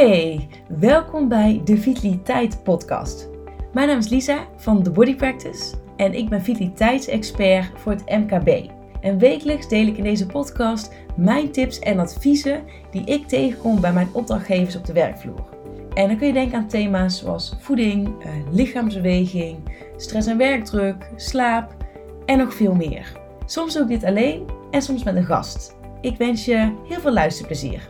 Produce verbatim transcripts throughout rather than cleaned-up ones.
Hey, welkom bij de Vitaliteit podcast. Mijn naam is Lisa van The Body Practice en ik ben vitaliteitsexpert voor het M K B. En wekelijks deel ik in deze podcast mijn tips en adviezen die ik tegenkom bij mijn opdrachtgevers op de werkvloer. En dan kun je denken aan thema's zoals voeding, eh, lichaamsbeweging, stress en werkdruk, slaap en nog veel meer. Soms doe ik dit alleen en soms met een gast. Ik wens je heel veel luisterplezier.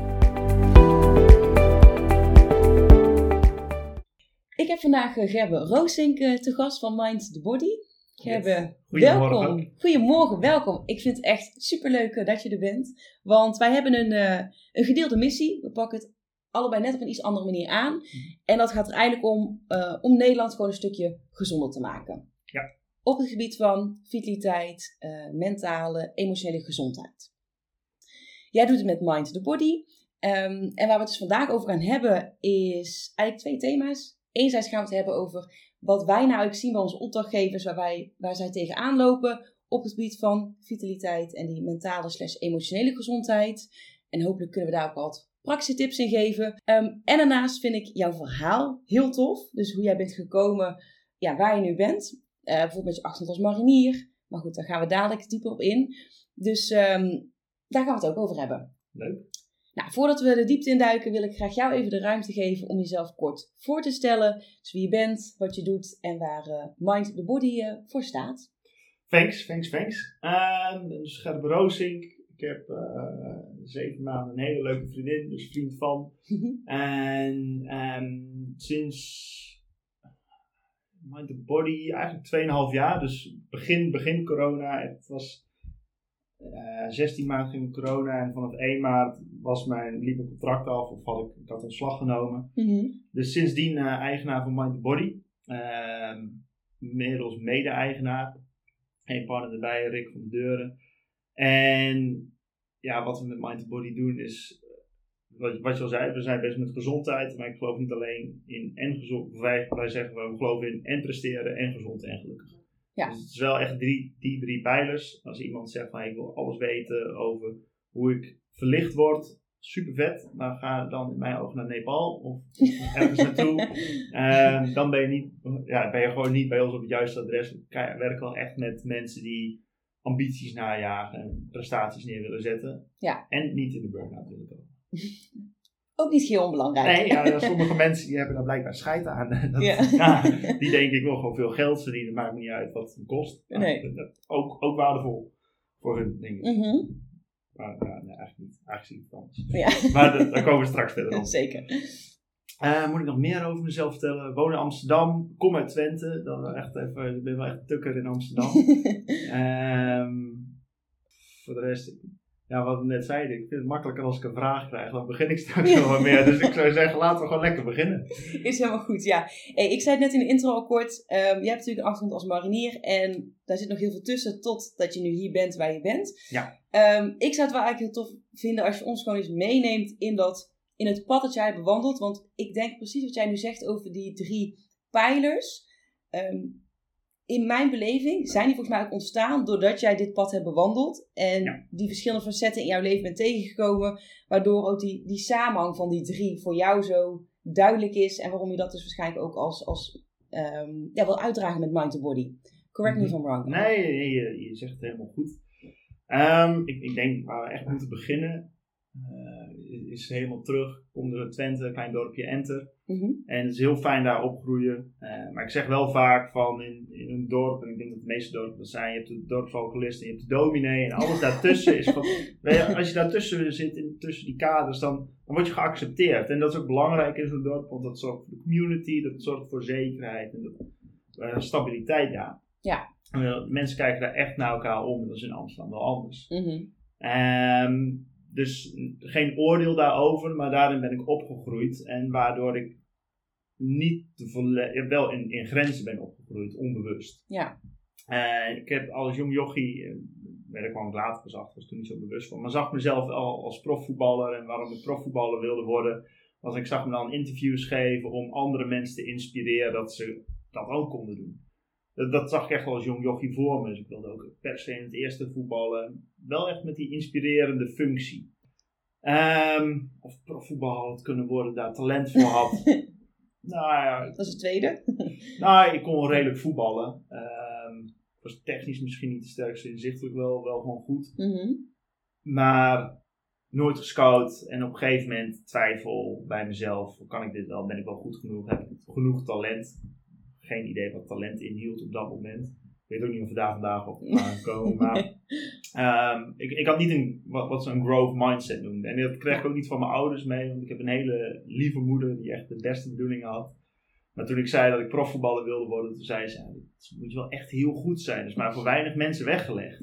Ik heb vandaag Gerbe Roosink te gast van Mind the Body. Gerbe, welkom. Goedemorgen, welkom. Ik vind het echt superleuk dat je er bent. Want wij hebben een, uh, een gedeelde missie. We pakken het allebei net op een iets andere manier aan. Mm. En dat gaat er eigenlijk om, uh, om Nederland gewoon een stukje gezonder te maken. Ja. Op het gebied van vitaliteit, uh, mentale, emotionele gezondheid. Jij doet het met Mind the Body. Um, en waar we het dus vandaag over gaan hebben is eigenlijk twee thema's. Enerzijds gaan we het hebben over wat wij nou ook zien bij onze opdrachtgevers, waar, wij, waar zij tegenaan lopen op het gebied van vitaliteit en die mentale slash emotionele gezondheid. En hopelijk kunnen we daar ook wat praktische tips in geven. Um, en daarnaast vind ik jouw verhaal heel tof. Dus hoe jij bent gekomen, ja, waar je nu bent. Uh, bijvoorbeeld met je achtergrond als marinier. Maar goed, daar gaan we dadelijk dieper op in. Dus um, daar gaan we het ook over hebben. Leuk. Nou, voordat we de diepte induiken wil ik graag jou even de ruimte geven om jezelf kort voor te stellen. Dus wie je bent, wat je doet en waar uh, Mind the Body uh, voor staat. Thanks, thanks, thanks. Uh, dus Gerbe Roosink. Ik heb uh, zeven maanden een hele leuke vriendin, dus vriend van. En um, sinds Mind the Body eigenlijk twee en een half jaar, dus begin, begin corona. Het was uh, zestien maart ging corona en vanaf één maart was mijn, liep mijn contract af of had ik, ik had ontslag genomen. Mm-hmm. Dus sindsdien uh, eigenaar van Mind the Body. Uh, inmiddels mede-eigenaar. Eén partner erbij, Rick van de Deuren. En ja, wat we met Mind the Body doen is, wat, wat je al zei, we zijn bezig met gezondheid. Maar ik geloof niet alleen in en gezond. Wij, wij zeggen we geloven in en presteren en gezond en gelukkig. Ja. Dus het is wel echt drie, die drie pijlers. Als iemand zegt van ik wil alles weten over hoe ik verlicht word, super vet. Maar ga dan in mijn ogen naar Nepal of ergens naartoe. Uh, dan ben je, niet, ja, ben je gewoon niet bij ons op het juiste adres. We werken wel echt met mensen die ambities najagen en prestaties neer willen zetten. Ja. En niet in de burn-out willen komen. Ook niet heel onbelangrijk. Nee, ja, sommige mensen die hebben daar blijkbaar scheid aan. Dat, ja. Ja, die denken ik wil gewoon veel geld verdienen. Maakt me niet uit wat het kost. Nee. Dat, dat, ook, ook waardevol voor hun, denk ik. Mm-hmm. Maar ja, nee, eigenlijk niet. Eigenlijk zie ik het anders. Ja. Maar de, daar komen we straks verder op. Zeker. Uh, moet ik nog meer over mezelf vertellen? Woon in Amsterdam. Kom uit Twente. Dan echt even, ik ben wel echt tukker in Amsterdam. um, voor de rest, ja, wat we net zeiden. Ik vind het makkelijker als ik een vraag krijg. Dan begin ik straks nog wat meer. Dus ik zou zeggen, laten we gewoon lekker beginnen. Is helemaal goed, ja. Hey, ik zei het net in de intro al kort. Um, je hebt natuurlijk een achtergrond als marinier. En daar zit nog heel veel tussen totdat je nu hier bent waar je bent. Ja. Um, ik zou het wel eigenlijk heel tof vinden als je ons gewoon eens meeneemt in, dat, in het pad dat jij bewandelt. Want ik denk precies wat jij nu zegt over die drie pijlers. Um, in mijn beleving zijn die volgens mij ook ontstaan doordat jij dit pad hebt bewandeld. En ja. die verschillende facetten in jouw leven bent tegengekomen. Waardoor ook die, die samenhang van die drie voor jou zo duidelijk is. En waarom je dat dus waarschijnlijk ook als, als um, ja, wil uitdragen met Mind the Body. Correct me if I'm wrong. Nee, nee je, je zegt het helemaal goed. Um, ik, ik denk waar we echt moeten beginnen uh, is helemaal terug. Kom er Twente, klein dorpje Enter. Mm-hmm. En het is heel fijn daar opgroeien. Uh, maar ik zeg wel vaak van in, in een dorp, en ik denk dat de meeste dorpen dat zijn, je hebt de dorpsvocalist en je hebt de dominee en alles daartussen is van, als je daartussen zit, in, tussen die kaders, dan, dan word je geaccepteerd. En dat is ook belangrijk in zo'n dorp, want dat zorgt voor de community, dat zorgt voor zekerheid en dat, uh, stabiliteit daar. Ja. Uh, mensen kijken daar echt naar elkaar om, dat is in Amsterdam wel anders. Mm-hmm. Um, dus geen oordeel daarover, maar daarin ben ik opgegroeid en waardoor ik niet te volle- wel in, in grenzen ben opgegroeid, onbewust. Ja. Uh, ik heb als jong jochie, uh, werd ik gewoon later pas achter, was toen niet zo bewust van, maar zag mezelf al als profvoetballer en waarom ik profvoetballer wilde worden, was ik zag me dan interviews geven om andere mensen te inspireren dat ze dat ook konden doen. Dat, dat zag ik echt wel als jong jochie voor me, dus ik wilde ook per se in het eerste voetballen, wel echt met die inspirerende functie. Um, of profvoetbal had het kunnen worden, daar talent voor had. Nou ja. Dat is het tweede. Nou, ik kon wel redelijk voetballen. Um, was technisch misschien niet de sterkste, inzichtelijk wel, wel gewoon goed. Mm-hmm. Maar nooit gescout en op een gegeven moment twijfel bij mezelf. Kan ik dit wel? Ben ik wel goed genoeg? Heb ik genoeg talent? Geen idee wat talent inhield op dat moment. Ik weet ook niet of we daar vandaag op gaan komen. Maar um, ik, ik had niet een, wat, wat ze een growth mindset noemden. En dat kreeg ik ook niet van mijn ouders mee. Want ik heb een hele lieve moeder die echt de beste bedoelingen had. Maar toen ik zei dat ik profvoetballer wilde worden, toen zei ze, dat moet je wel echt heel goed zijn. Dat is maar voor weinig mensen weggelegd.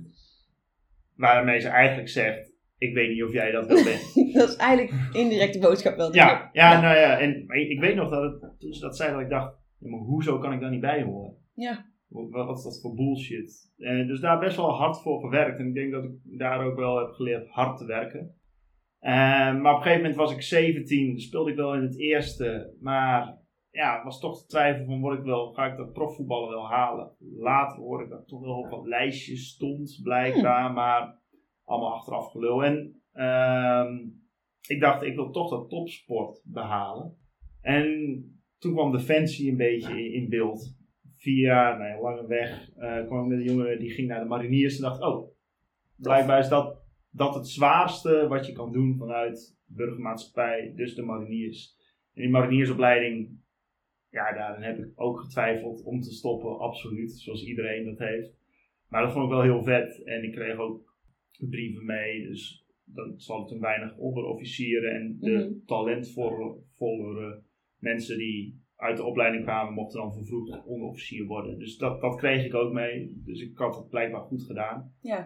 Waarmee ze eigenlijk zegt, ik weet niet of jij dat wel bent. Dat is eigenlijk indirecte boodschap wel. Ja, ja, ja, nou ja. En maar ik weet nog dat het, toen ze dat zei, dat ik dacht, ja, maar hoezo kan ik daar niet bij horen? Ja. Wat, wat is dat voor bullshit? En dus daar best wel hard voor gewerkt. En ik denk dat ik daar ook wel heb geleerd hard te werken. Uh, maar op een gegeven moment was ik zeventien, speelde ik wel in het eerste. Maar ja, was toch de twijfel van, word ik wel, ga ik dat profvoetballen wel halen? Later hoorde ik dat toch wel op wat lijstjes stond, blijkbaar. Hmm. Maar allemaal achteraf gelul. En uh, ik dacht, ik wil toch dat topsport behalen. En toen kwam Defensie een beetje in beeld. Vier jaar, nou ja, lange weg, uh, kwam ik met een jongen die ging naar de mariniers en dacht, oh, blijkbaar is dat, dat het zwaarste wat je kan doen vanuit burgermaatschappij, dus de mariniers. En die mariniersopleiding, ja, daarin heb ik ook getwijfeld om te stoppen, absoluut, zoals iedereen dat heeft. Maar dat vond ik wel heel vet en ik kreeg ook brieven mee, dus dat zat toen weinig onderofficieren en de mm-hmm. talentvollere mensen die uit de opleiding kwamen, mochten dan vervroegd onderofficier worden. Dus dat, dat kreeg ik ook mee. Dus ik had het blijkbaar goed gedaan. Ja.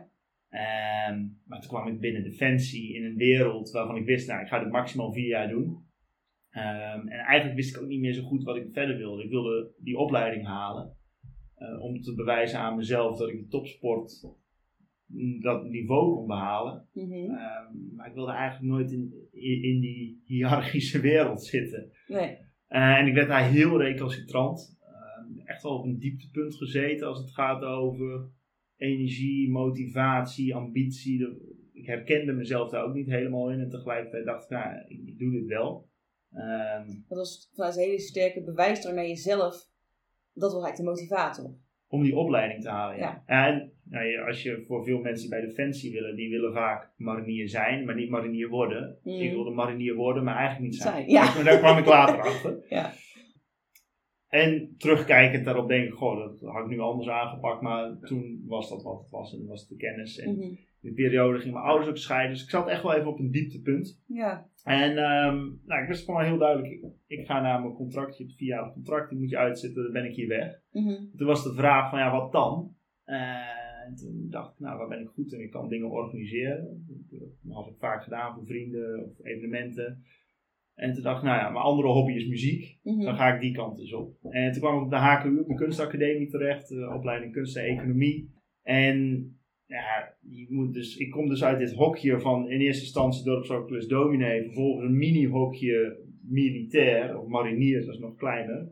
Um, maar toen kwam ik binnen Defensie in een wereld waarvan ik wist, nou, ik ga dit maximaal vier jaar doen. Um, en eigenlijk wist ik ook niet meer zo goed wat ik verder wilde. Ik wilde die opleiding halen. Uh, om te bewijzen aan mezelf dat ik de topsport, dat niveau kon behalen. Mm-hmm. Um, maar ik wilde eigenlijk nooit in, in, in die hiërarchische wereld zitten. Nee. Uh, en ik werd daar heel recalcitrant. Uh, echt wel op een dieptepunt gezeten als het gaat over energie, motivatie, ambitie. De, ik herkende mezelf daar ook niet helemaal in. En tegelijkertijd dacht ik, nou, ik, ik doe dit wel. Uh, dat was vanuit een hele sterke bewijsdrang naar jezelf. Dat was eigenlijk de motivator. Om die opleiding te halen, ja. ja. En nou, als je voor veel mensen die bij Defensie willen, die willen vaak marinier zijn, maar niet marinier worden. Mm. Ik wilde marinier worden, maar eigenlijk niet zijn. zijn ja. Maar daar kwam ik later achter. Ja. En terugkijkend daarop denk ik, goh, dat had ik nu anders aangepakt, maar toen was dat wat het was en dat was de kennis. En mm-hmm. in die periode gingen mijn ouders ook scheiden, dus ik zat echt wel even op een dieptepunt. Ja. En um, nou, ik wist gewoon heel duidelijk, ik, ik ga naar mijn contract, je hebt een vierjarig contract, die moet je uitzitten, dan ben ik hier weg. Mm-hmm. Toen was de vraag van, ja, wat dan? Uh, en toen dacht ik, nou, waar ben ik goed in? Ik kan dingen organiseren. Dat had ik vaak gedaan voor vrienden of evenementen. En toen dacht ik, nou ja, mijn andere hobby is muziek. Mm-hmm. Dan ga ik die kant dus op. En toen kwam ik op de H K U, op mijn kunstacademie terecht. De opleiding kunst en economie. En ja, je moet dus, ik kom dus uit dit hokje van in eerste instantie dorpsorgelus dominee. Vervolgens een mini-hokje militair of marinier, dat is nog kleiner.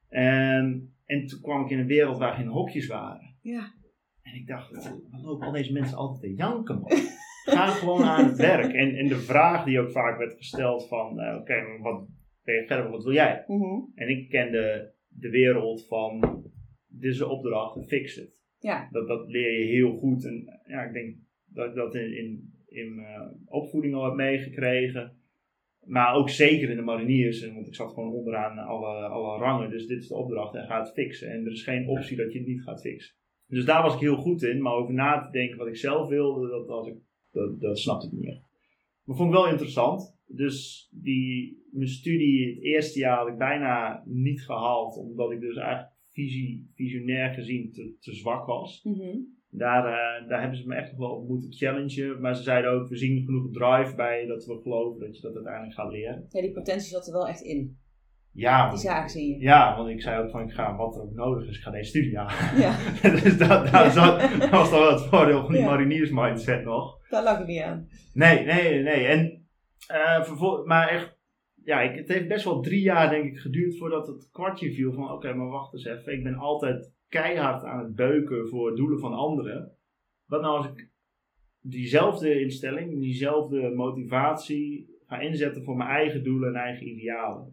En, en toen kwam ik in een wereld waar geen hokjes waren. Ja. En ik dacht, wat lopen al deze mensen altijd te janken, man. Ga gewoon aan het werk. En, en de vraag die ook vaak werd gesteld van, uh, oké, okay, wat, Gerber, wat wil jij? Mm-hmm. En ik kende de wereld van, dit is de opdracht, fix het. Ja. Dat, dat leer je heel goed. En ja, ik denk dat ik dat in, in, in mijn opvoeding al heb meegekregen. Maar ook zeker in de mariniers. Want ik zat gewoon onderaan alle, alle rangen. Dus dit is de opdracht en ga het fixen. En er is geen optie dat je het niet gaat fixen. Dus daar was ik heel goed in. Maar over na te denken wat ik zelf wilde, dat, was ik, dat, dat snapte ik niet echt. Maar vond ik wel interessant. Dus die, mijn studie, het eerste jaar had ik bijna niet gehaald. Omdat ik dus eigenlijk visie, visionair gezien te, te zwak was. Mm-hmm. Daar, uh, daar hebben ze me echt nog wel op moeten challengen. Maar ze zeiden ook, we zien genoeg drive bij dat we geloven dat je dat uiteindelijk gaat leren. Ja, die potentie zat er wel echt in. Ja. Die zaken zie je. Ja, want ik zei ook van, ik ga wat er ook nodig is, ik ga deze studie aan. Ja. Dus dat, dat, ja. Zat, dat was dan wel het voordeel van die ja. mariniers mindset nog. Daar lag ik niet aan. Nee, nee, nee. En, uh, vervol- maar echt, ja, ik, het heeft best wel drie jaar denk ik geduurd voordat het kwartje viel van, oké, okay, maar wacht eens even. Ik ben altijd keihard aan het beuken voor doelen van anderen. Wat nou als ik diezelfde instelling, diezelfde motivatie ga inzetten voor mijn eigen doelen en eigen idealen.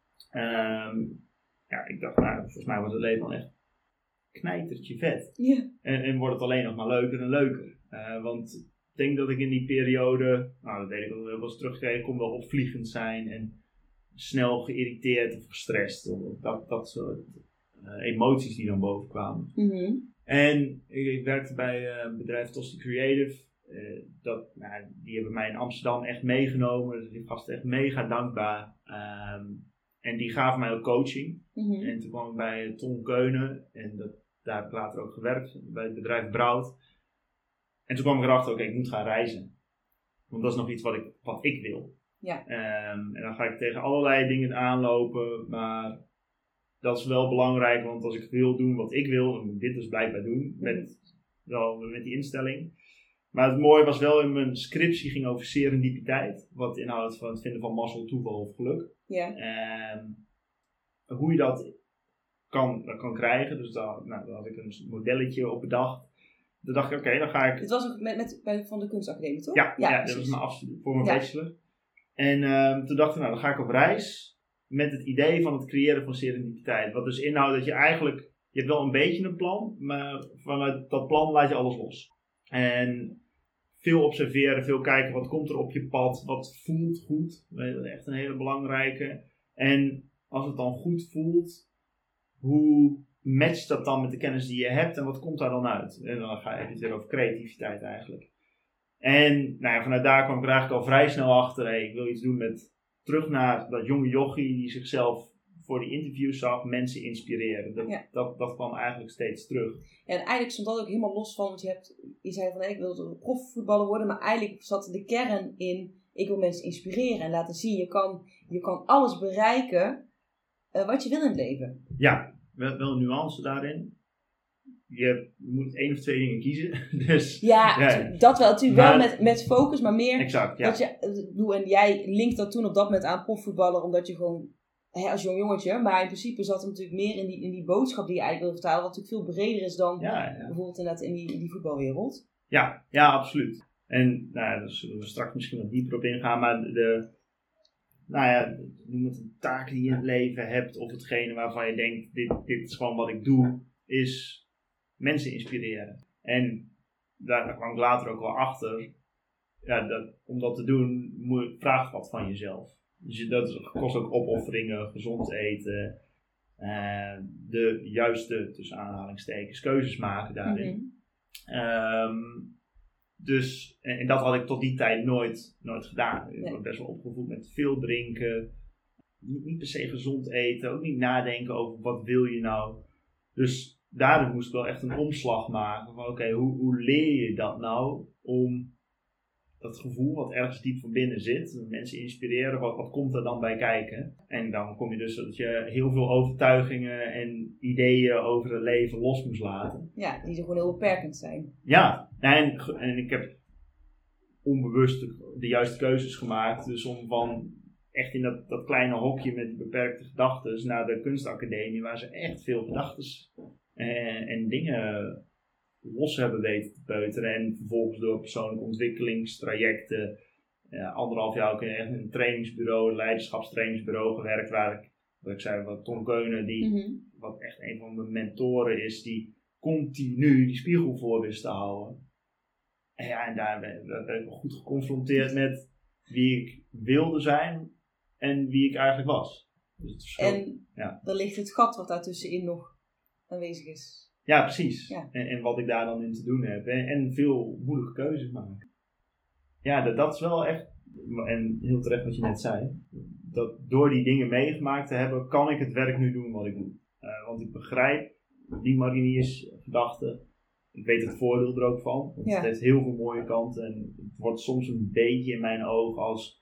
Um, ja, ik dacht, nou, volgens mij wordt het leven al echt knijtertje vet. Yeah. En, en wordt het alleen nog maar leuker en leuker. Uh, want ik denk dat ik in die periode, nou dat weet ik wel, was teruggekregen, kon wel opvliegend zijn en snel geïrriteerd of gestrest. Of dat, dat soort uh, emoties die dan boven kwamen. Mm-hmm. En ik, ik werkte bij uh, het bedrijf Tosti Creative. Uh, dat, nou, die hebben mij in Amsterdam echt meegenomen. Dus die gasten echt mega dankbaar. Um, en die gaven mij ook coaching. Mm-hmm. En toen kwam ik bij Ton Keunen. En dat, daar heb ik later ook gewerkt. Bij het bedrijf Brout. En toen kwam ik erachter, oké, okay, ik moet gaan reizen. Want dat is nog iets wat ik, wat ik wil. Ja. Um, en dan ga ik tegen allerlei dingen aanlopen. Maar dat is wel belangrijk. Want als ik wil doen wat ik wil, dan moet ik dit dus blijkbaar doen. Met, wel, met die instelling. Maar het mooie was wel, in mijn scriptie ging over serendipiteit. Wat inhoudt van het vinden van mazzel, toeval of geluk. Ja. Um, hoe je dat kan, kan krijgen. Dus daar, nou, daar had ik een modelletje op bedacht. Toen dacht ik, oké, okay, dan ga ik... Dit was ook met, met, bij, van de kunstacademie, toch? Ja, ja, ja dat was mijn afstudie voor mijn ja. bachelor. En um, toen dacht ik, nou, dan ga ik op reis met het idee van het creëren van serendipiteit. Wat dus inhoudt dat je eigenlijk... Je hebt wel een beetje een plan, maar vanuit dat plan laat je alles los. En veel observeren, veel kijken, wat komt er op je pad, wat voelt goed. Dat is echt een hele belangrijke. En als het dan goed voelt, hoe matcht dat dan met de kennis die je hebt en wat komt daar dan uit? En dan ga je het weer over creativiteit eigenlijk. En nou ja, vanuit daar kwam ik er eigenlijk al vrij snel achter, hey, ik wil iets doen met terug naar dat jonge jochie die zichzelf voor die interviews zag, mensen inspireren. Dat, ja. dat, dat kwam eigenlijk steeds terug. Ja, en eigenlijk stond dat ook helemaal los van, want je, hebt, je zei van hey, ik wil profvoetballer worden, maar eigenlijk zat de kern in, ik wil mensen inspireren en laten zien, je kan, je kan alles bereiken uh, wat je wil in het leven. Ja, wel, wel een nuance daarin. Je moet één of twee dingen kiezen. Dus, ja, ja, dat wel. Natuurlijk maar, wel met, met focus, maar meer exact, ja. dat je, en jij linkt dat toen op dat moment aan profvoetballer, omdat je gewoon He, als jong jongetje, maar in principe zat er natuurlijk meer in die, in die boodschap die je eigenlijk wil vertalen, wat natuurlijk veel breder is dan ja, ja. bijvoorbeeld inderdaad in die, in die voetbalwereld. Ja, ja, absoluut. En nou ja, daar zullen we straks misschien wat dieper op ingaan, maar de, nou ja, noem het een taak die je in het leven hebt, of hetgene waarvan je denkt, dit, dit is gewoon wat ik doe, is mensen inspireren. En daar, daar kwam ik later ook wel achter, ja, dat, om dat te doen, moet, vraag wat van jezelf. Dus dat kost ook opofferingen, gezond eten, uh, de juiste, tussen aanhalingstekens, keuzes maken daarin. Mm-hmm. Um, dus, en, en dat had ik tot die tijd nooit, nooit gedaan. Ik nee. was best wel opgevoed met veel drinken, niet, niet per se gezond eten, ook niet nadenken over wat wil je nou. Dus daarin moest ik wel echt een omslag maken van oké, okay, hoe, hoe leer je dat nou om dat gevoel wat ergens diep van binnen zit, mensen inspireren, wat, wat komt er dan bij kijken? En dan kom je dus dat je heel veel overtuigingen en ideeën over het leven los moest laten. Ja, die er gewoon heel beperkend zijn. Ja, en, en ik heb onbewust de, de juiste keuzes gemaakt, dus om van echt in dat, dat kleine hokje met die beperkte gedachten naar de kunstacademie, waar ze echt veel gedachten en, en dingen los hebben weten te peuteren en vervolgens door persoonlijke ontwikkelingstrajecten uh, anderhalf jaar ook in echt een trainingsbureau, een leiderschapstrainingsbureau gewerkt waar ik, wat ik zei, wat Ton Keunen, die mm-hmm. wat echt een van mijn mentoren is, die continu die spiegel voor wist te houden. En ja, en daar ben, daar ben ik wel goed geconfronteerd met wie ik wilde zijn en wie ik eigenlijk was. Dus het verschil, en ja. er ligt het gat wat daartussenin nog aanwezig is. Ja, precies. Ja. En, en wat ik daar dan in te doen heb. En, en veel moeilijke keuzes maken. Ja, dat, dat is wel echt, en heel terecht wat je net zei, dat door die dingen meegemaakt te hebben, kan ik het werk nu doen wat ik doe. Uh, want ik begrijp die mariniersgedachte. Ik weet het voordeel er ook van. Want ja. Het heeft heel veel mooie kanten. En het wordt soms een beetje in mijn ogen als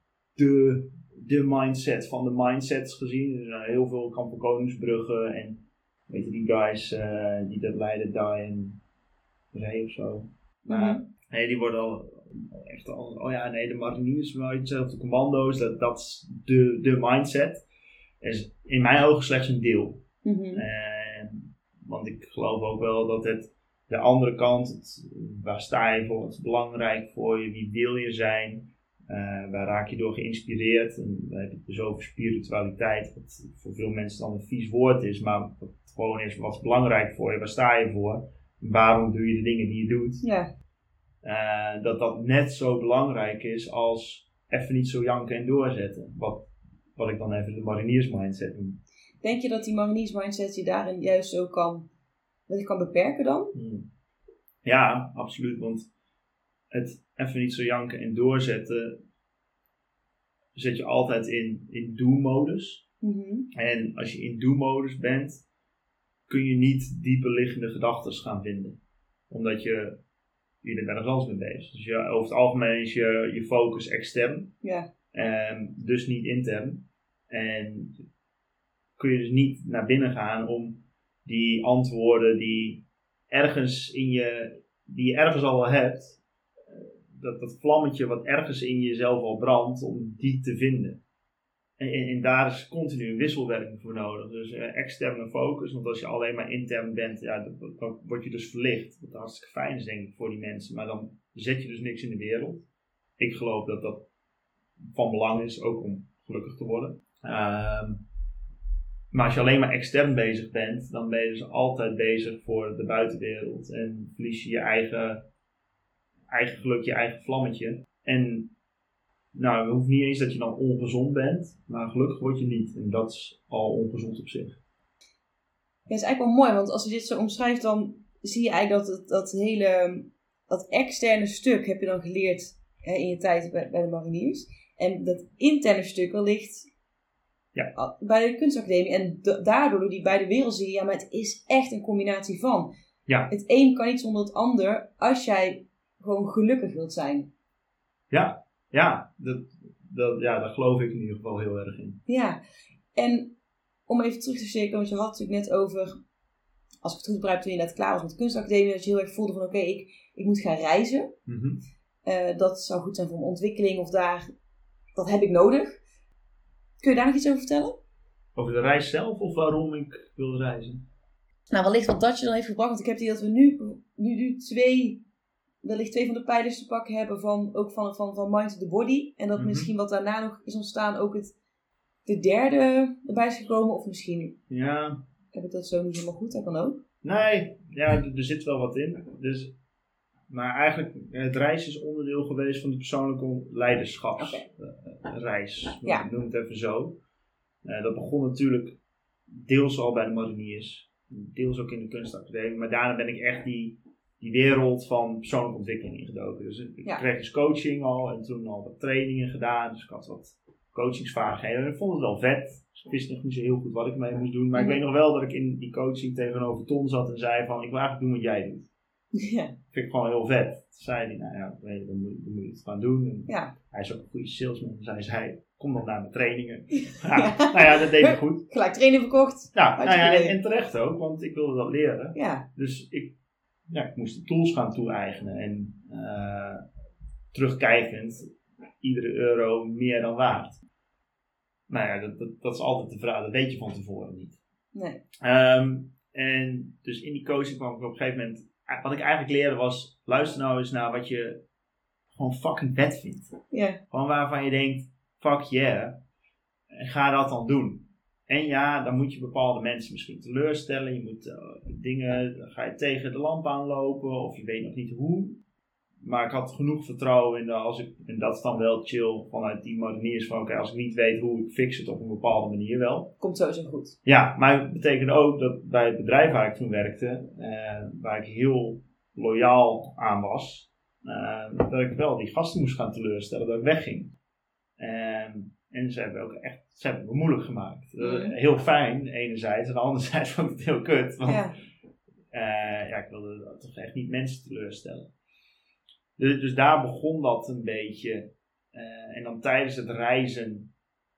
de, de mindset van de mindsets gezien. Er zijn heel veel Kampen Koningsbrugge en weet je, die guys uh, die dat leiden, Diane Ray of zo. Maar mm-hmm. nee, die worden al echt al, oh ja, nee, de mariniers, de commando's, dat, dat is de, de mindset. Is in mijn ogen slechts een deel. Mm-hmm. Uh, want ik geloof ook wel dat het de andere kant, het, waar sta je voor, wat is belangrijk voor je, wie wil je zijn, uh, waar raak je door geïnspireerd. En dan heb je het dus over spiritualiteit, wat voor veel mensen dan een vies woord is, maar wat gewoon is, wat is belangrijk voor je, waar sta je voor, waarom doe je de dingen die je doet. Ja. Uh, dat dat net zo belangrijk is als even niet zo janken en doorzetten. Wat, wat ik dan even de mariniersmindset noem. Denk je dat die mariniersmindset je daarin juist zo kan, dat je kan beperken dan? Hmm. Ja, absoluut. Want het even niet zo janken en doorzetten zet je altijd in, in do-modus. Mm-hmm. En als je in do-modus bent, kun je niet dieper liggende gedachten gaan vinden. Omdat je je er nergens anders mee bezig. Dus je, over het algemeen is je, je focus extern. Ja. Um, dus niet intern. En kun je dus niet naar binnen gaan om die antwoorden die ergens in je, die je ergens al wel hebt, dat, dat vlammetje wat ergens in jezelf al brandt, om die te vinden. En, en, en daar is continu een wisselwerking voor nodig. Dus uh, externe focus, want als je alleen maar intern bent, ja, dan, dan word je dus verlicht. Wat hartstikke fijn is, denk ik, voor die mensen. Maar dan zet je dus niks in de wereld. Ik geloof dat dat van belang is, ook om gelukkig te worden. Um, maar als je alleen maar extern bezig bent, dan ben je dus altijd bezig voor de buitenwereld. En verlies je je eigen, eigen geluk, je eigen vlammetje. En nou, het hoeft niet eens dat je dan ongezond bent, maar gelukkig word je niet. En dat is al ongezond op zich. Ja, het is eigenlijk wel mooi, want als je dit zo omschrijft, dan zie je eigenlijk dat het, dat hele, dat externe stuk heb je dan geleerd hè, in je tijd bij, bij de mariniers. En dat interne stuk wellicht ja. bij de kunstacademie. En d- daardoor, door die beide werelden zie je, ja, maar het is echt een combinatie van. Ja. Het een kan niet zonder het ander, als jij gewoon gelukkig wilt zijn. Ja. Ja, dat, dat, ja, daar geloof ik in ieder geval heel erg in. Ja, en om even terug te cirkelen, want je had het natuurlijk net over, als ik het goed begrijp, toen je net klaar was met de kunstacademie, dat je heel erg voelde van oké, okay, ik, ik moet gaan reizen. Mm-hmm. Uh, dat zou goed zijn voor mijn ontwikkeling of daar, dat heb ik nodig. Kun je daar nog iets over vertellen? Over de reis zelf of waarom ik wilde reizen? Nou, wellicht wat dat je dan heeft gebracht, want ik heb die dat we nu, nu, nu twee... wellicht twee van de pijlers te pakken hebben van, ook van, van, van Mind to the Body. En dat mm-hmm. misschien wat daarna nog is ontstaan ook het, de derde erbij is gekomen. Of misschien ja. heb ik dat zo niet helemaal goed. Dat kan ook. Nee, ja, er, er zit wel wat in. Dus, maar eigenlijk, het reis is onderdeel geweest van die persoonlijke leiderschapsreis. Okay. Uh, ja. Ik noem het even zo. Uh, dat begon natuurlijk deels al bij de mariniers. Deels ook in de kunstacademie. Maar daarna ben ik echt die... die wereld van persoonlijke ontwikkeling ingedoken. Dus ik ja. kreeg dus coaching al en toen al wat trainingen gedaan. Dus ik had wat coachingsvaardigheden en ik vond het wel vet. Dus ik wist nog niet zo heel goed wat ik mee moest doen. Maar mm-hmm. ik weet nog wel dat ik in die coaching tegenover Ton zat en zei van ik wil eigenlijk doen wat jij doet. Ja. Dat vind ik gewoon heel vet. Toen zei hij, nou ja, dan moet, dan moet je het gaan doen. En ja. Hij is ook een goede salesman. Dus hij zei, kom dan naar mijn trainingen. Ja, ja. Nou ja, dat deed ik goed. Gelijk training verkocht. Ja, nou ja en, en terecht ook, want ik wilde dat leren. Ja. Dus ik Ja, ik moest de tools gaan toe-eigenen en uh, terugkijkend, iedere euro meer dan waard. Nou ja, dat, dat, dat is altijd de vraag, dat weet je van tevoren niet. Nee. Um, en dus in die coaching kwam ik op een gegeven moment, wat ik eigenlijk leerde was, luister nou eens naar wat je gewoon fucking vet vindt. Yeah. Gewoon waarvan je denkt, fuck yeah, en ga dat dan doen. En ja, dan moet je bepaalde mensen misschien teleurstellen. Je moet uh, dingen, dan ga je tegen de lamp aanlopen of je weet nog niet hoe. Maar ik had genoeg vertrouwen in, de, als ik, en dat is dan wel chill vanuit die mariniers van oké, okay, als ik niet weet hoe, ik fix het op een bepaalde manier wel. Komt sowieso goed. Ja, maar het betekende ook dat bij het bedrijf waar ik toen werkte, uh, waar ik heel loyaal aan was, uh, dat ik wel die gasten moest gaan teleurstellen, dat ik wegging. Um, En ze hebben ook echt, ze hebben het me moeilijk gemaakt. Mm. Uh, heel fijn, enerzijds. En anderzijds vond ik het heel kut. Want ja. Uh, ja, ik wilde toch echt niet mensen teleurstellen. Dus, dus daar begon dat een beetje. Uh, en dan tijdens het reizen.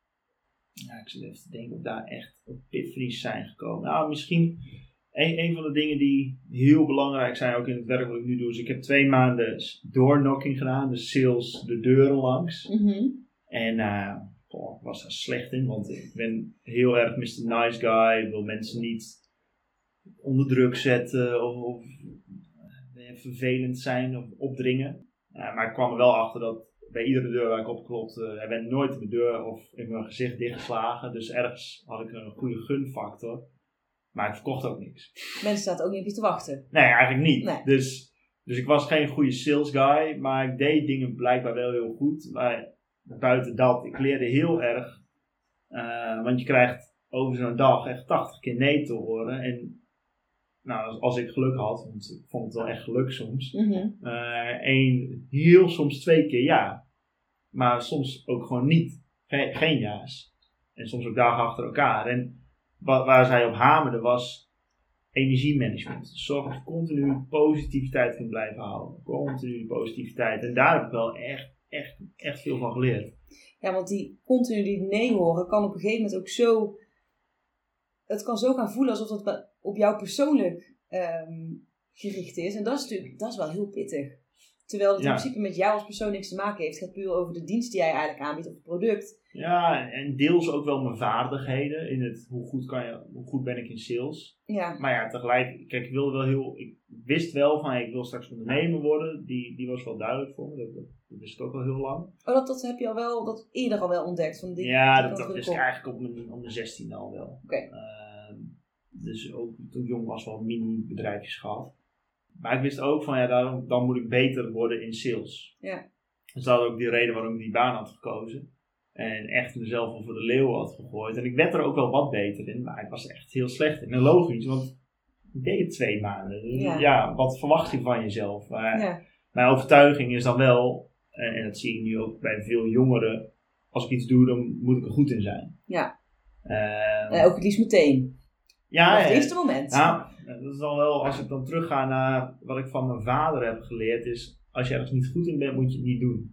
Ja, ik zit even te denken of daar echt epiphanies zijn gekomen. Nou, misschien een, een van de dingen die heel belangrijk zijn, ook in het werk wat ik nu doe. Is ik heb twee maanden doorknocking gedaan. Dus sales de deuren langs. Mm-hmm. En uh, oh, ik was daar slecht in, want ik ben heel erg mister Nice Guy. Ik wil mensen niet onder druk zetten of, of vervelend zijn of opdringen. Uh, maar ik kwam er wel achter dat bij iedere deur waar ik opklopte, uh, er werd nooit mijn deur of in mijn gezicht dichtgeslagen. Dus ergens had ik een goede gunfactor. Maar ik verkocht ook niks. Mensen zaten ook niet op je te wachten. Nee, eigenlijk niet. Nee. Dus, dus ik was geen goede sales guy, maar ik deed dingen blijkbaar wel heel goed. Maar buiten dat, ik leerde heel erg. Uh, want je krijgt over zo'n dag echt tachtig keer nee te horen. En nou, als, als ik geluk had, want ik vond het wel echt geluk soms. Mm-hmm. Uh, één, heel soms twee keer ja. Maar soms ook gewoon niet. Geen, geen ja's. En soms ook dagen achter elkaar. En wat, waar zij op hamerde was energiemanagement. Dus zorg dat je continu positiviteit kunt blijven houden. Continu positiviteit. En daar heb ik wel echt, echt, echt veel van geleerd. Ja, want die continu die nee horen kan op een gegeven moment ook zo... Het kan zo gaan voelen alsof dat op jou persoonlijk um, gericht is. En dat is natuurlijk dat is wel heel pittig. Terwijl het ja. in principe met jou als persoon niks te maken heeft. Het gaat puur over de dienst die jij eigenlijk aanbiedt of het product. Ja, en deels ook wel mijn vaardigheden. In het hoe goed, kan je, hoe goed ben ik in sales. Ja. Maar ja, tegelijk, kijk, ik wilde wel heel... Ik wist wel van, hey, ik wil straks ondernemer worden. Die, die was wel duidelijk voor me. Dat, dat, dat wist ik ook al heel lang. Oh, dat, dat heb je al wel, dat eerder al wel ontdekt? Van die, ja, dat, dat wist ik eigenlijk op mijn, op mijn zestiende al wel. Oké. Okay. Uh, dus ook toen ik jong was wel mini-bedrijfjes gehad. Maar ik wist ook van, ja, dan, dan moet ik beter worden in sales. Ja. Dus dat was ook die reden waarom ik die baan had gekozen. En echt mezelf al voor de leeuw had gegooid. En ik werd er ook wel wat beter in, maar ik was echt heel slecht in. En logisch, want ik deed het twee maanden. Dus ja. ja, wat verwacht je van jezelf? Maar ja. mijn overtuiging is dan wel, en, en dat zie ik nu ook bij veel jongeren, als ik iets doe, dan moet ik er goed in zijn. Ja. Uh, uh, ook het liefst meteen. Ja, op het eerste moment. Ja, dat is dan wel, als ik dan terugga naar wat ik van mijn vader heb geleerd, is als je ergens niet goed in bent, moet je het niet doen.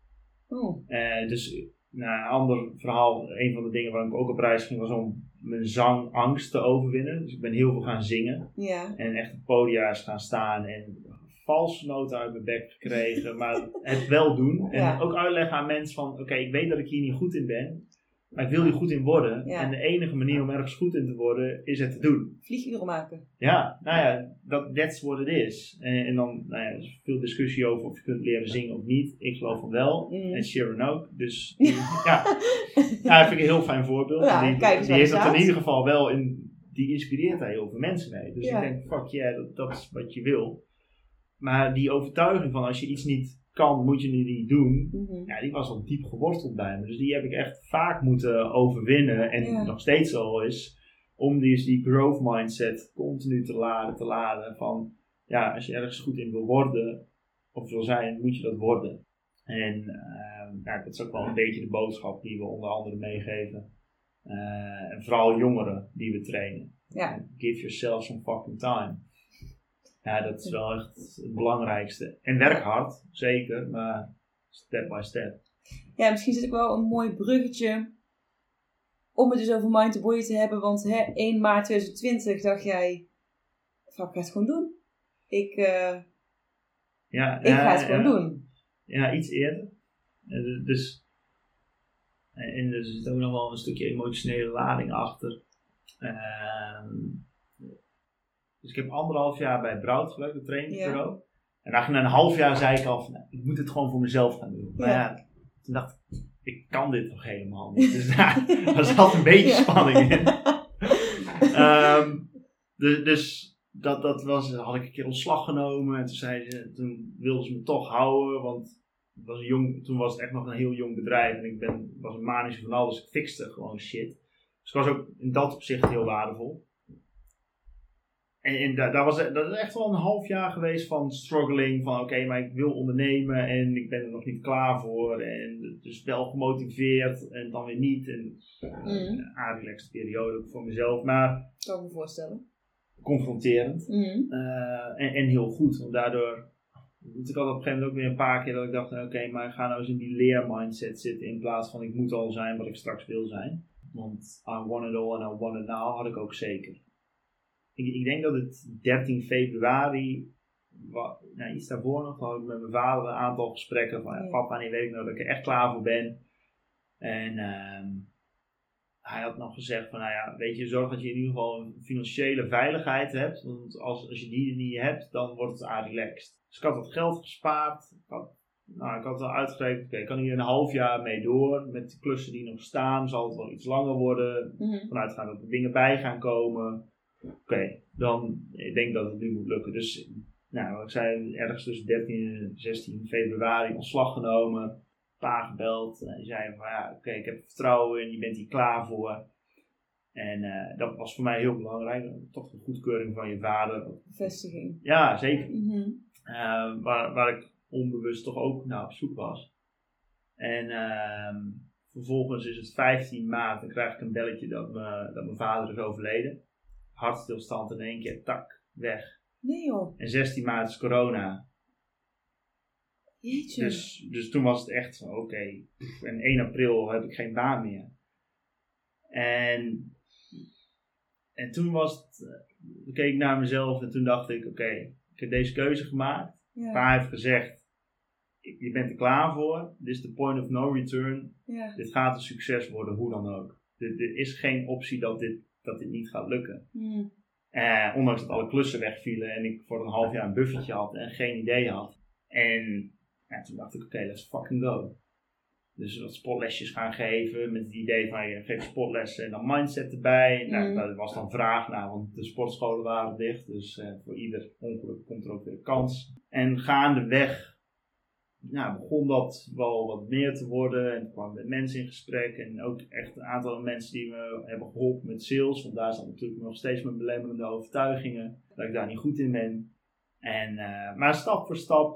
Oh. Uh, dus nou, een ander verhaal, een van de dingen waar ik ook op reis ging, was om mijn zangangst te overwinnen. Dus ik ben heel veel gaan zingen. Ja. En echt op podia's gaan staan en valse noten uit mijn bek gekregen, maar het wel doen. En ja. ook uitleggen aan mensen van, oké, okay, ik weet dat ik hier niet goed in ben, maar ik wil hier goed in worden. Ja. En de enige manier om ergens goed in te worden, is het te doen. Vlieguren maken. Ja, nou ja, dat, that's what it is. En, en dan, nou ja, er is veel discussie over of je kunt leren zingen of niet. Ik geloof van wel. Mm. En Sharon ook. Dus die, ja, ja, dat vind ik een heel fijn voorbeeld. Ja, die kijk eens die heeft dat staat. in ieder geval wel, in, die inspireert daar heel veel mensen mee. Dus ja. ik denk, fuck yeah, dat, dat is wat je wil. Maar die overtuiging van als je iets niet kan, moet je het niet doen. Mm-hmm. Ja, die was al diep geworteld bij me. Dus die heb ik echt vaak moeten overwinnen. En ja. nog steeds zo is. Om die, die growth mindset continu te laden, te laden. Van, ja, als je ergens goed in wil worden, of wil zijn, moet je dat worden. En uh, ja, dat is ook wel een beetje de boodschap die we onder andere meegeven. Uh, en vooral jongeren die we trainen. Ja. Give yourself some fucking time. Ja, dat is wel echt het belangrijkste. En werk hard, zeker, maar step by step. Ja, misschien zit ik wel een mooi bruggetje om het dus over Mind to Body te hebben. Want hè, één maart tweeduizend twintig dacht jij, fuck, ik ga het gewoon doen. Ik, uh, ja, ik ga het ja, gewoon ja. doen. Ja, iets eerder. Uh, dus, en er zit ook nog wel een stukje emotionele lading achter. Uh, Dus ik heb anderhalf jaar bij Brout gewerkt, het trainingsbureau. Ja. En eigenlijk na een half jaar zei ik al van, nou, ik moet het gewoon voor mezelf gaan doen. Maar ja, ja toen dacht ik, ik kan dit toch helemaal niet. Dus daar nou, zat een beetje ja. spanning in. um, dus dus dat, dat was, had ik een keer ontslag genomen. En toen, zei ze, toen wilden ze me toch houden, want het was een jong, toen was het echt nog een heel jong bedrijf. En ik ben, was een manische van alles, ik fixte gewoon shit. Dus ik was ook in dat opzicht heel waardevol. En, en daar, daar was, dat is echt wel een half jaar geweest van struggling. Van oké, okay, maar ik wil ondernemen en ik ben er nog niet klaar voor. En dus wel gemotiveerd en dan weer niet. En mm. een relaxed periode ook voor mezelf. Maar kan ik me voorstellen. Confronterend. Mm. Uh, en, en heel goed. Want daardoor, want ik had op een gegeven moment ook weer een paar keer dat ik dacht, oké, okay, maar ik ga nou eens in die leermindset zitten. In plaats van ik moet al zijn wat ik straks wil zijn. Want I want it all and I want it now had ik ook zeker. Ik, ik denk dat het dertien februari, wa, nou, iets daarvoor nog, had ik met mijn vader een aantal gesprekken van, ja, papa, wanneer weet ik nou dat ik er echt klaar voor ben. En, um, hij had nog gezegd van, nou ja, weet je, zorg dat je in ieder geval een financiële veiligheid hebt. Want als, als je die niet hebt, dan wordt het aan relaxed. Dus ik had dat geld gespaard. Ik had, nou, ik had al uitgerekend, oké, okay, ik kan hier een half jaar mee door. Met de klussen die nog staan, zal het wel iets langer worden. Mm-hmm. Vanuitgaan dat er dingen bij gaan komen. Oké, okay, dan ik denk dat het nu moet lukken. Dus, nou, ik zei ergens tussen dertien en zestien februari ontslag genomen. Pa gebeld en die zei van ja, oké, okay, ik heb vertrouwen in, je bent hier klaar voor. En uh, dat was voor mij heel belangrijk, toch de goedkeuring van je vader. Bevestiging. Ja, zeker. Mm-hmm. Uh, waar, waar ik onbewust toch ook naar op zoek was. En uh, vervolgens is het vijftien maart en krijg ik een belletje dat, me, dat mijn vader is overleden. Hartstilstand in één keer, tak, weg. Nee joh. En zestien maart is corona. Jeetje. Dus, dus toen was het echt van oké, okay, en één april heb ik geen baan meer. En, en toen was het, uh, keek ik naar mezelf en toen dacht ik oké, okay, ik heb deze keuze gemaakt. Ja. Pa heeft gezegd, je bent er klaar voor, dit is de point of no return. Ja. Dit gaat een succes worden, hoe dan ook. Er, er is geen optie dat dit, dat dit niet gaat lukken. Mm. Uh, ondanks dat alle klussen wegvielen en ik voor een half jaar een buffertje had en geen idee had. En ja, toen dacht ik, oké, okay, let's fucking go. Dus wat sportlesjes gaan geven met het idee van je geeft sportlessen en dan mindset erbij. Mm. Nou, dat was dan vraag naar, want de sportscholen waren dicht. Dus uh, voor ieder ongeluk komt er ook weer een kans. En gaandeweg nou, begon dat wel wat meer te worden. En ik kwam met mensen in gesprek. En ook echt een aantal mensen die me hebben geholpen met sales. Want daar staan natuurlijk nog steeds mijn belemmerende overtuigingen. Dat ik daar niet goed in ben. En, uh, maar stap voor stap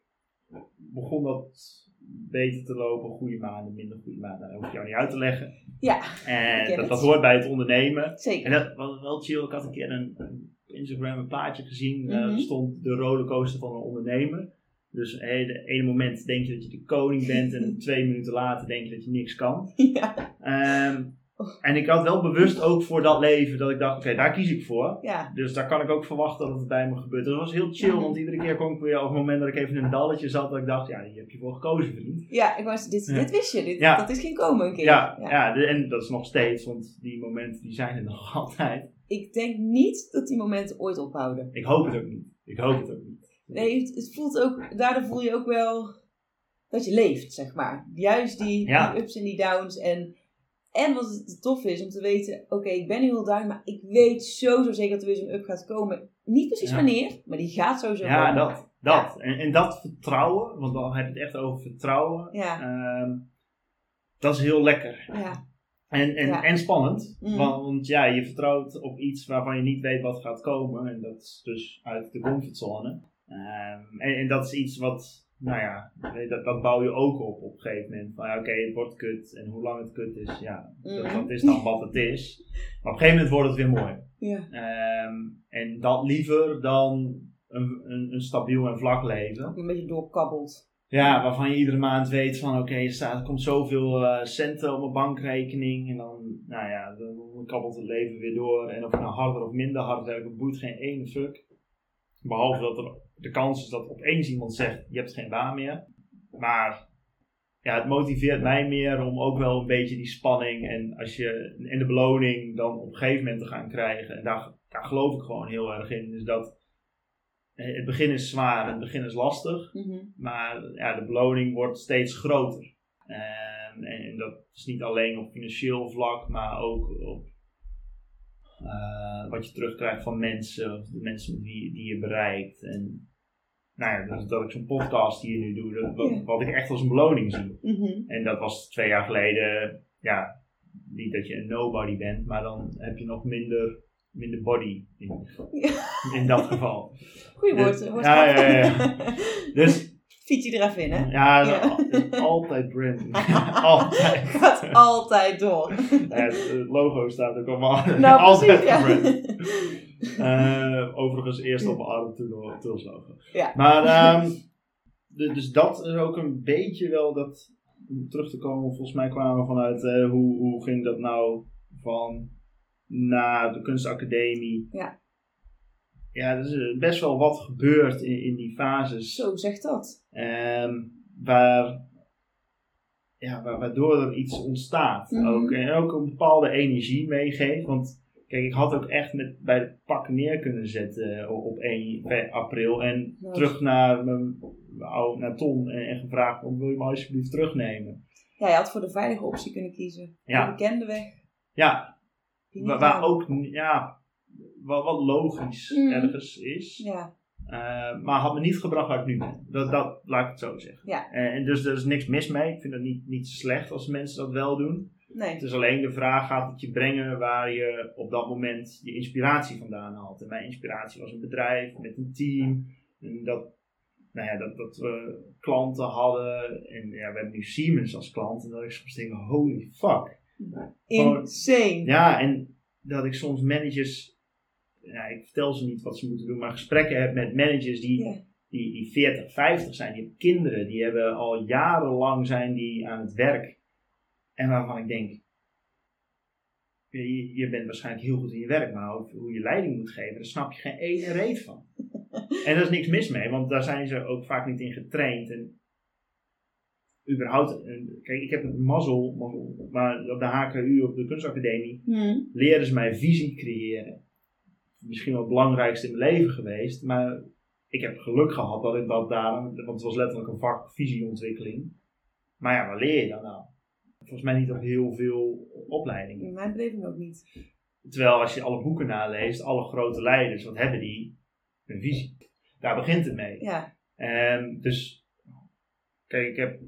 begon dat beter te lopen, goede maanden, minder goede maanden. Dat hoef ik jou niet uit te leggen. Ja, en dat, dat hoort bij het ondernemen. Zeker. En dat was wel chill. Ik had een keer een, een Instagram een plaatje gezien. Mm-hmm. Uh, er stond de rollercoaster van een ondernemer. Dus hey, de ene moment denk je dat je de koning bent en twee minuten later denk je dat je niks kan. Ja. Um, en ik had wel bewust ook voor dat leven dat ik dacht, oké, okay, daar kies ik voor. Ja. Dus daar kan ik ook verwachten dat het bij me gebeurt. Dat was heel chill, mm-hmm. want iedere keer kwam ik weer op het moment dat ik even in een dalletje zat, dat ik dacht, ja, hier heb je voor gekozen, vriend. Ja, ik was, dit, ja. dit wist je, dit, ja. dat is geen komen een keer. Ja, ja. ja de, en dat is nog steeds, want die momenten die zijn er nog altijd. Ik denk niet dat die momenten ooit ophouden. Ik hoop het ook niet. Ik hoop het ook niet. Nee, het, het voelt ook, daardoor voel je ook wel dat je leeft, zeg maar. Juist die, ja. die ups en die downs. En, en wat het tof is om te weten, oké, okay, ik ben nu heel down, maar ik weet sowieso zeker dat er weer zo'n up gaat komen. Niet precies ja. wanneer, maar die gaat sowieso ja, komen. Dat, dat. Ja, en, en dat vertrouwen, want dan heb je het echt over vertrouwen. Ja. Um, dat is heel lekker. Ja. En, en, ja. en spannend, mm. want, want ja, je vertrouwt op iets waarvan je niet weet wat gaat komen. En dat is dus uit de comfortzone. Um, en, en dat is iets wat, nou ja, dat, dat bouw je ook op op een gegeven moment. Van ja, oké, okay, het wordt kut en hoe lang het kut is, ja, mm. dat, dat is dan wat het is. Maar op een gegeven moment wordt het weer mooi. Ja. Um, en dat liever dan een, een, een stabiel en vlak leven. Een beetje doorkabbelt. Ja, waarvan je iedere maand weet van oké, okay, er, er komt zoveel uh, centen op mijn bankrekening. En dan, nou ja, dan kabbelt het leven weer door. En of je nou harder of minder hard werkt, dat boeit geen ene fuck. Behalve dat er de kans is dat opeens iemand zegt, je hebt geen baan meer. Maar ja, het motiveert mij meer om ook wel een beetje die spanning en, als je, en de beloning dan op een gegeven moment te gaan krijgen. En daar, daar geloof ik gewoon heel erg in. Dus dat het begin is zwaar en het begin is lastig. Mm-hmm. Maar ja, de beloning wordt steeds groter. En, en dat is niet alleen op financieel vlak, maar ook op Uh, wat je terugkrijgt van mensen, of de mensen met wie die je bereikt. En nou ja, dat, dat ik zo'n podcast hier nu doe, dat, wat, yeah. wat ik echt als een beloning zie. Mm-hmm. En dat was twee jaar geleden, ja, niet dat je een nobody bent, maar dan heb je nog minder, minder body in, yeah. in dat geval. Goeie woord. Dus, ja, ja, ja, ja. Dus fiets je er even in, hè? Ja, ja. Al, altijd branding. Altijd. Gaat altijd door. Ja, het logo staat ook op mijn arm. Nou, altijd precies, brand. Ja. Uh, overigens eerst op mijn arm, toen op het Tuls logo. Ja. Maar, um, de, dus dat is ook een beetje wel dat, om terug te komen, volgens mij kwamen we vanuit, uh, hoe, hoe ging dat nou van naar de kunstacademie. Ja. Ja, er is best wel wat gebeurd in, in die fases. Zo, zeg dat. Um, waar, ja, waardoor er iets ontstaat. Mm-hmm. Ook, en ook een bepaalde energie meegeeft. Want kijk, ik had ook echt met, bij de pak neer kunnen zetten op één april. En ja. terug naar, mijn, naar Ton en, en gevraagd om wil je me alsjeblieft terugnemen. Ja, je had voor de veilige optie kunnen kiezen. Ja. De bekende weg. Ja, waar, waar ook ja, wat, wat logisch mm. ergens is. Ja. Uh, maar had me niet gebracht waar ik nu ben. Dat, dat laat ik het zo zeggen. Ja. En, en dus er is niks mis mee. Ik vind het niet, niet slecht als mensen dat wel doen. Nee. Het is alleen de vraag, gaat het je brengen waar je op dat moment je inspiratie vandaan haalt. En mijn inspiratie was een bedrijf met een team. En dat, nou ja, dat, dat we klanten hadden. En ja, we hebben nu Siemens als klant. En dat ik soms denk, holy fuck. Insane. Ja, en dat ik soms managers... Ja, ik vertel ze niet wat ze moeten doen, maar gesprekken heb met managers die, yeah. die, die veertig, vijftig zijn, die hebben kinderen, die hebben al jarenlang zijn die aan het werk. En waarvan ik denk, je, je bent waarschijnlijk heel goed in je werk, maar hoe, hoe je leiding moet geven, daar snap je geen ene reet van. En daar is niks mis mee, want daar zijn ze ook vaak niet in getraind. En überhaupt, kijk, ik heb een mazzel, mazzel maar op de H K U, op de kunstacademie, hmm. leren ze mij visie creëren. Misschien wel het belangrijkste in mijn leven geweest, maar ik heb geluk gehad dat ik dat daar, want het was letterlijk een vak visieontwikkeling. Maar ja, waar leer je dan nou? Volgens mij niet op heel veel opleidingen. In mijn beleving ook niet. Terwijl als je alle boeken naleest, alle grote leiders, wat hebben die? Een visie. Daar begint het mee. Ja. Um, dus, kijk, ik heb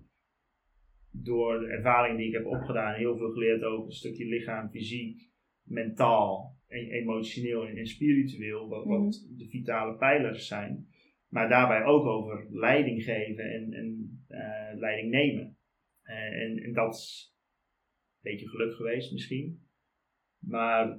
door de ervaring die ik heb opgedaan heel veel geleerd over een stukje lichaam, fysiek, mentaal, emotioneel en spiritueel, wat, wat mm-hmm. de vitale pijlers zijn. Maar daarbij ook over leiding geven en, en uh, leiding nemen. Uh, en, en dat is een beetje geluk geweest misschien. Maar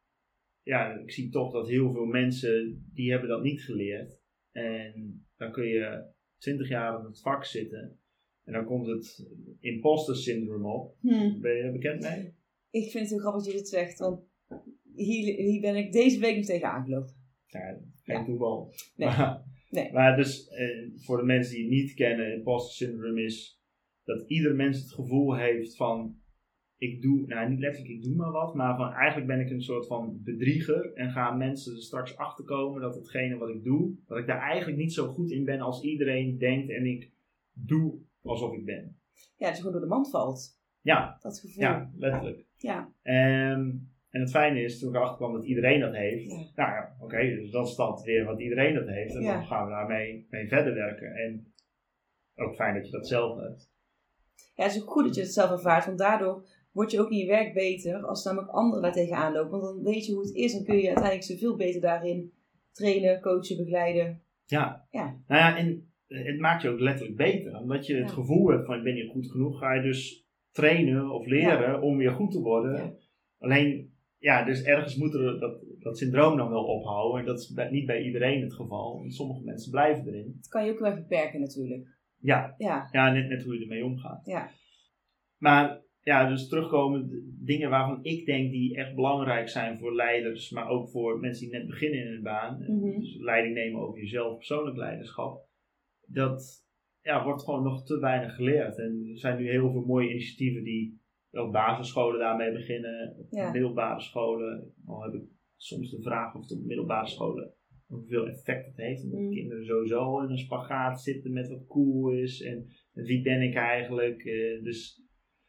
ja, ik zie toch dat heel veel mensen, die hebben dat niet geleerd. En dan kun je twintig jaar in het vak zitten. En dan komt het imposter syndroom op. Hmm. Ben je er bekend mee? Ik vind het heel grappig dat je dit zegt, want hier, hier ben ik deze week nog tegen aangelopen. Ja, geen ja. toeval. Nee. Maar, nee. maar dus, eh, voor de mensen die het niet kennen, imposter syndroom is dat ieder mens het gevoel heeft van, ik doe, nou niet letterlijk ik doe maar wat, maar van eigenlijk ben ik een soort van bedrieger en gaan mensen er straks achterkomen dat hetgene wat ik doe, dat ik daar eigenlijk niet zo goed in ben als iedereen denkt en ik doe alsof ik ben. Ja, dat je gewoon door de mand valt. Ja, dat gevoel. Ja, letterlijk. Ja. Um, en het fijne is, toen ik erachter kwam dat iedereen dat heeft, ja. nou ja, oké, okay, dus dat is dat weer wat iedereen dat heeft en ja. dan gaan we daarmee mee verder werken. En ook fijn dat je dat zelf hebt. Ja, het is ook goed dat je het zelf ervaart, want daardoor word je ook in je werk beter als namelijk anderen daar tegenaan lopen. Want dan weet je hoe het is en kun je uiteindelijk zoveel beter daarin trainen, coachen, begeleiden. Ja, ja. nou ja, en het maakt je ook letterlijk beter. Omdat je het ja. gevoel hebt van ik ben niet goed genoeg, ga je dus trainen of leren ja. om weer goed te worden. Ja. Alleen, ja, dus ergens moet er dat, dat syndroom dan wel ophouden. En dat is bij, niet bij iedereen het geval. En sommige mensen blijven erin. Dat kan je ook wel beperken natuurlijk. Ja, ja. ja net, net hoe je ermee omgaat. Ja. Maar ja, dus terugkomen dingen waarvan ik denk die echt belangrijk zijn voor leiders, maar ook voor mensen die net beginnen in een baan. Mm-hmm. Dus leiding nemen over jezelf, persoonlijk leiderschap. Dat ja, wordt gewoon nog te weinig geleerd. En er zijn nu heel veel mooie initiatieven die ook basisscholen daarmee beginnen, ja. middelbare scholen. Al heb ik soms de vraag of het op middelbare scholen hoeveel effect het heeft. Omdat mm. kinderen sowieso in een spagaat zitten met wat cool is en, en wie ben ik eigenlijk. Uh, dus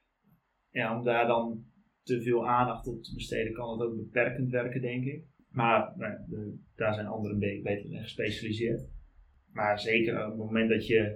ja, om daar dan te veel aandacht op te besteden kan het ook beperkend werken, denk ik. Maar nou, de, daar zijn anderen beter in gespecialiseerd. Maar zeker op het moment dat je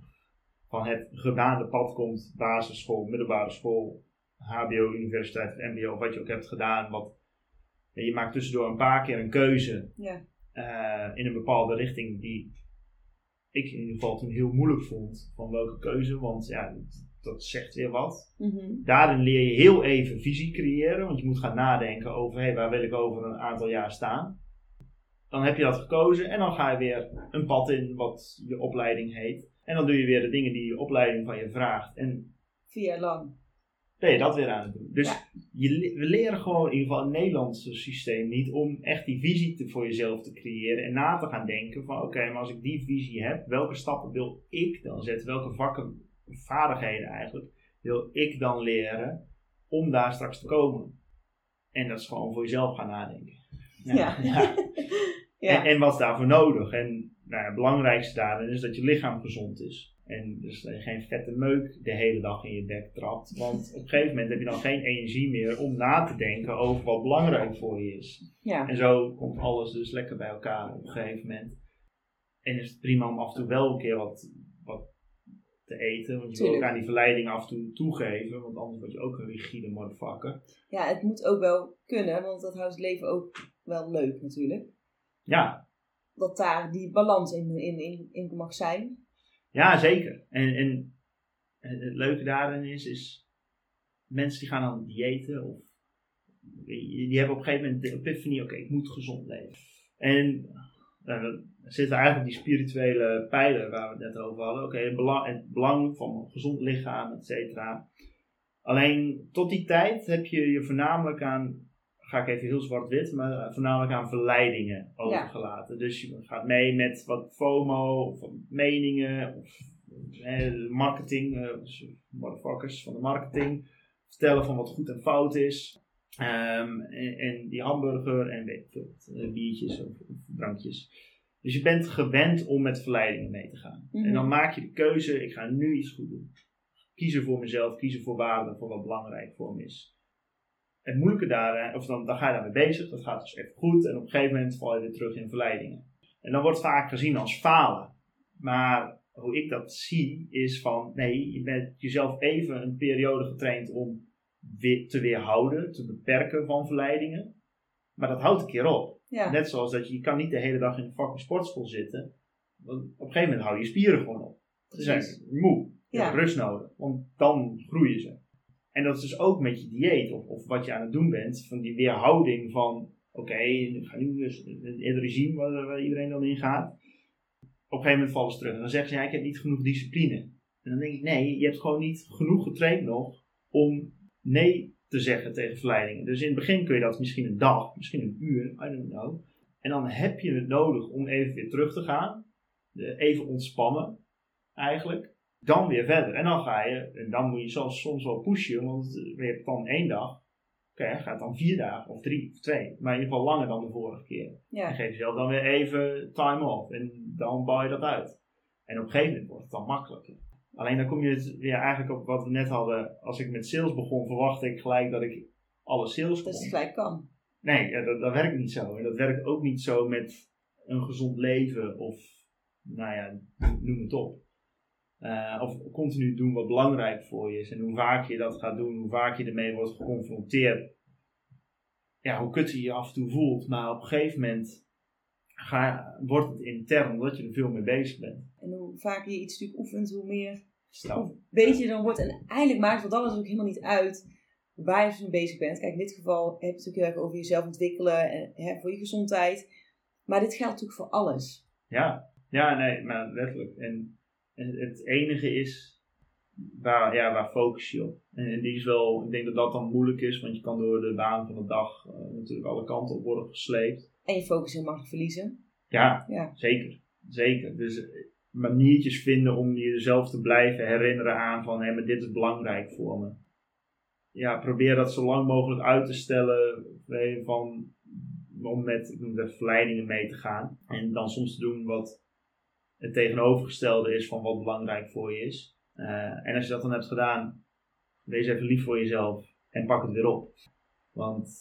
van het gebaande pad komt, basisschool, middelbare school, H B O, universiteit, M B O, wat je ook hebt gedaan, wat, ja, je maakt tussendoor een paar keer een keuze ja. uh, in een bepaalde richting die ik in ieder geval toen heel moeilijk vond van welke keuze, want ja, dat, dat zegt weer wat. Mm-hmm. Daarin leer je heel even visie creëren, want je moet gaan nadenken over hey, waar wil ik over een aantal jaar staan. Dan heb je dat gekozen en dan ga je weer een pad in wat je opleiding heet. En dan doe je weer de dingen die je opleiding van je vraagt. En vier jaar lang. Ben je dat weer aan het doen. Dus ja. je, we leren gewoon in ieder geval in het Nederlandse systeem niet om echt die visie te, voor jezelf te creëren. En na te gaan denken van oké, okay, maar als ik die visie heb, welke stappen wil ik dan zetten? Welke vakken, vaardigheden eigenlijk, wil ik dan leren om daar straks te komen? En dat is gewoon voor jezelf gaan nadenken. Ja. Ja. Ja. Ja. En, en wat is daarvoor nodig? En nou ja, het belangrijkste daarin is dat je lichaam gezond is. En dus dat je geen vette meuk de hele dag in je bek trapt. Want op een gegeven moment heb je dan geen energie meer om na te denken over wat belangrijk voor je is. Ja. En zo komt alles dus lekker bij elkaar op een gegeven moment. En is het prima om af en toe wel een keer wat, wat te eten. Want je Tuurlijk. wil ook aan die verleiding af en toe toegeven. Want anders word je ook een rigide motherfucker. Ja, het moet ook wel kunnen, want dat houdt het leven ook wel leuk natuurlijk. Ja, Dat daar die balans in, in, in, in mag zijn. ja zeker. En, en het leuke daarin is, is mensen die gaan dan diëten of die, die hebben op een gegeven moment de epiphany, oké, okay, ik moet gezond leven. En nou, dan zitten eigenlijk die spirituele pijlen waar we het net over hadden. Oké, okay, het, belang, het belang van een gezond lichaam, et cetera. Alleen tot die tijd heb je je voornamelijk aan, ga ik even heel zwart-wit, maar voornamelijk aan verleidingen overgelaten. Ja. Dus je gaat mee met wat FOMO, of wat meningen, of eh, marketing, uh, dus motherfuckers van de marketing, vertellen van wat goed en fout is. Um, en, en die hamburger en weet ik veel, uh, biertjes of, of drankjes. Dus je bent gewend om met verleidingen mee te gaan. Mm-hmm. En dan maak je de keuze, ik ga nu iets goed doen. Kiezen voor mezelf, kiezen voor waarde, voor wat belangrijk voor me is. Het moeilijke daar, of dan, dan ga je daarmee bezig, dat gaat dus even goed. En op een gegeven moment val je weer terug in verleidingen. En dan wordt het vaak gezien als falen. Maar hoe ik dat zie, is van, nee, je bent jezelf even een periode getraind om weer te weerhouden, te beperken van verleidingen. Maar dat houdt een keer op. Ja. Net zoals dat je, je kan niet de hele dag in de fucking sportschool zitten. Want op een gegeven moment hou je spieren gewoon op. Ze zijn moe. Je ja. hebt rust nodig. Want dan groeien ze. En dat is dus ook met je dieet. Of, of wat je aan het doen bent. Van die weerhouding van. Oké, okay, ik ga nu dus het regime waar, waar iedereen dan in gaat. Op een gegeven moment vallen ze terug. En dan zeggen ze, ja, ik heb niet genoeg discipline. En dan denk ik, nee, je hebt gewoon niet genoeg getraind nog. Om nee te zeggen tegen verleidingen. Dus in het begin kun je dat misschien een dag, misschien een uur, I don't know. En dan heb je het nodig om even weer terug te gaan. Even ontspannen, eigenlijk. Dan weer verder. En dan ga je, en dan moet je soms, soms wel pushen, want je hebt dan één dag. Oké, okay, gaat dan vier dagen, of drie, of twee. Maar in ieder geval langer dan de vorige keer. Ja. En geef jezelf dan weer even time off. En dan bouw je dat uit. En op een gegeven moment wordt het dan makkelijker. Alleen dan kom je het weer eigenlijk op wat we net hadden. Als ik met sales begon, verwachtte ik gelijk dat ik alle sales kon. Dat het gelijk kan. Nee, dat, dat werkt niet zo. En dat werkt ook niet zo met een gezond leven of, nou ja, noem het op. Uh, of continu doen wat belangrijk voor je is. En hoe vaak je dat gaat doen, hoe vaak je ermee wordt geconfronteerd. Ja, hoe kut je je af en toe voelt. Maar op een gegeven moment ga, wordt het intern, omdat je er veel mee bezig bent. En hoe vaker je iets natuurlijk oefent, hoe meer hoe beter je dan wordt. En eigenlijk maakt het alles ook helemaal niet uit waar je mee bezig bent. Kijk, in dit geval heb je het natuurlijk heel erg over jezelf ontwikkelen en hè, voor je gezondheid. Maar dit geldt natuurlijk voor alles. Ja, ja nee, maar letterlijk. En, en het enige is, waar, ja, waar focus je op? En, en die is wel, ik denk dat dat dan moeilijk is, want je kan door de baan van de dag uh, natuurlijk alle kanten op worden gesleept. En je focus heel makkelijk verliezen. Ja, ja. zeker. Zeker. Dus maniertjes vinden om jezelf te blijven herinneren aan van, hé, maar dit is belangrijk voor me. Ja, probeer dat zo lang mogelijk uit te stellen van, om met, ik noem het verleidingen mee te gaan. En dan soms te doen wat het tegenovergestelde is van wat belangrijk voor je is. Uh, en als je dat dan hebt gedaan, wees even lief voor jezelf en pak het weer op. Want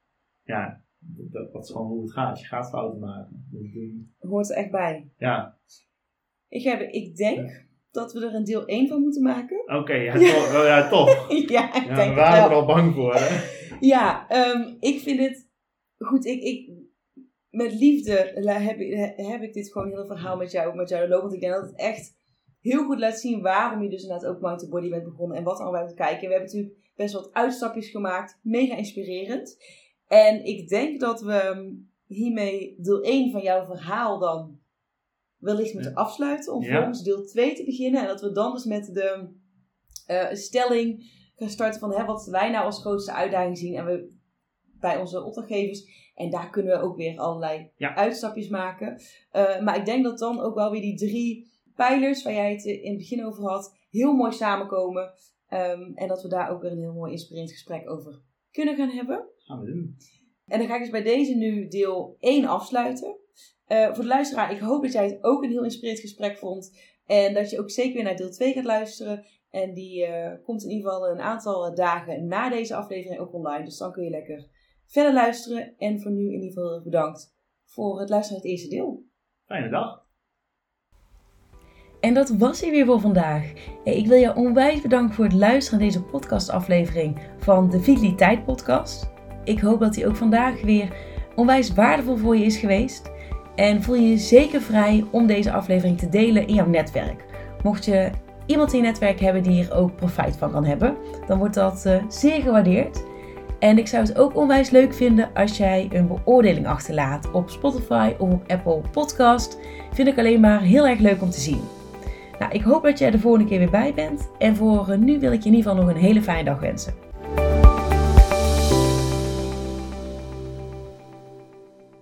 ja, dat, dat is gewoon hoe het gaat. Je gaat fouten maken. Hoort er echt bij. Ja. Ik, heb, ik denk ja. dat we er een deel één van moeten maken. Oké, okay, ja, to- oh, ja, toch. ja, ik ja, denk we waren wel. er al bang voor, hè? Ja, um, ik vind het goed. Ik, ik, met liefde heb ik, heb ik dit gewoon heel verhaal met jou, met jou lopen. Want ik denk dat het echt heel goed laat zien waarom je dus inderdaad ook Mind to Body bent begonnen. En wat dan wij moeten kijken. We hebben natuurlijk best wat uitstapjes gemaakt. Mega inspirerend. En ik denk dat we hiermee deel één van jouw verhaal dan wellicht moeten ja. afsluiten. Om vervolgens ja. deel twee te beginnen. En dat we dan dus met de uh, stelling gaan starten van hè, wat wij nou als grootste uitdaging zien. En we bij onze opdrachtgevers. En daar kunnen we ook weer allerlei ja. uitstapjes maken. Uh, maar ik denk dat dan ook wel weer die drie pijlers waar jij het in het begin over had heel mooi samenkomen. Um, en dat we daar ook weer een heel mooi inspirerend gesprek over kunnen gaan hebben. Gaan we doen. En dan ga ik dus bij deze nu deel één afsluiten. Uh, voor de luisteraar, ik hoop dat jij het ook een heel inspirerend gesprek vond. En dat je ook zeker weer naar deel twee gaat luisteren. En die uh, komt in ieder geval een aantal dagen na deze aflevering ook online. Dus dan kun je lekker verder luisteren. En voor nu in ieder geval bedankt voor het luisteren naar het eerste deel. Fijne dag. En dat was hij weer voor vandaag. Ik wil je onwijs bedanken voor het luisteren naar deze podcastaflevering van de Vitaliteit podcast. Ik hoop dat die ook vandaag weer onwijs waardevol voor je is geweest. En voel je je zeker vrij om deze aflevering te delen in jouw netwerk. Mocht je iemand in je netwerk hebben die er ook profijt van kan hebben, dan wordt dat uh, zeer gewaardeerd. En ik zou het ook onwijs leuk vinden als jij een beoordeling achterlaat op Spotify of op Apple Podcast. Vind ik alleen maar heel erg leuk om te zien. Nou, ik hoop dat jij er de volgende keer weer bij bent. En voor nu wil ik je in ieder geval nog een hele fijne dag wensen.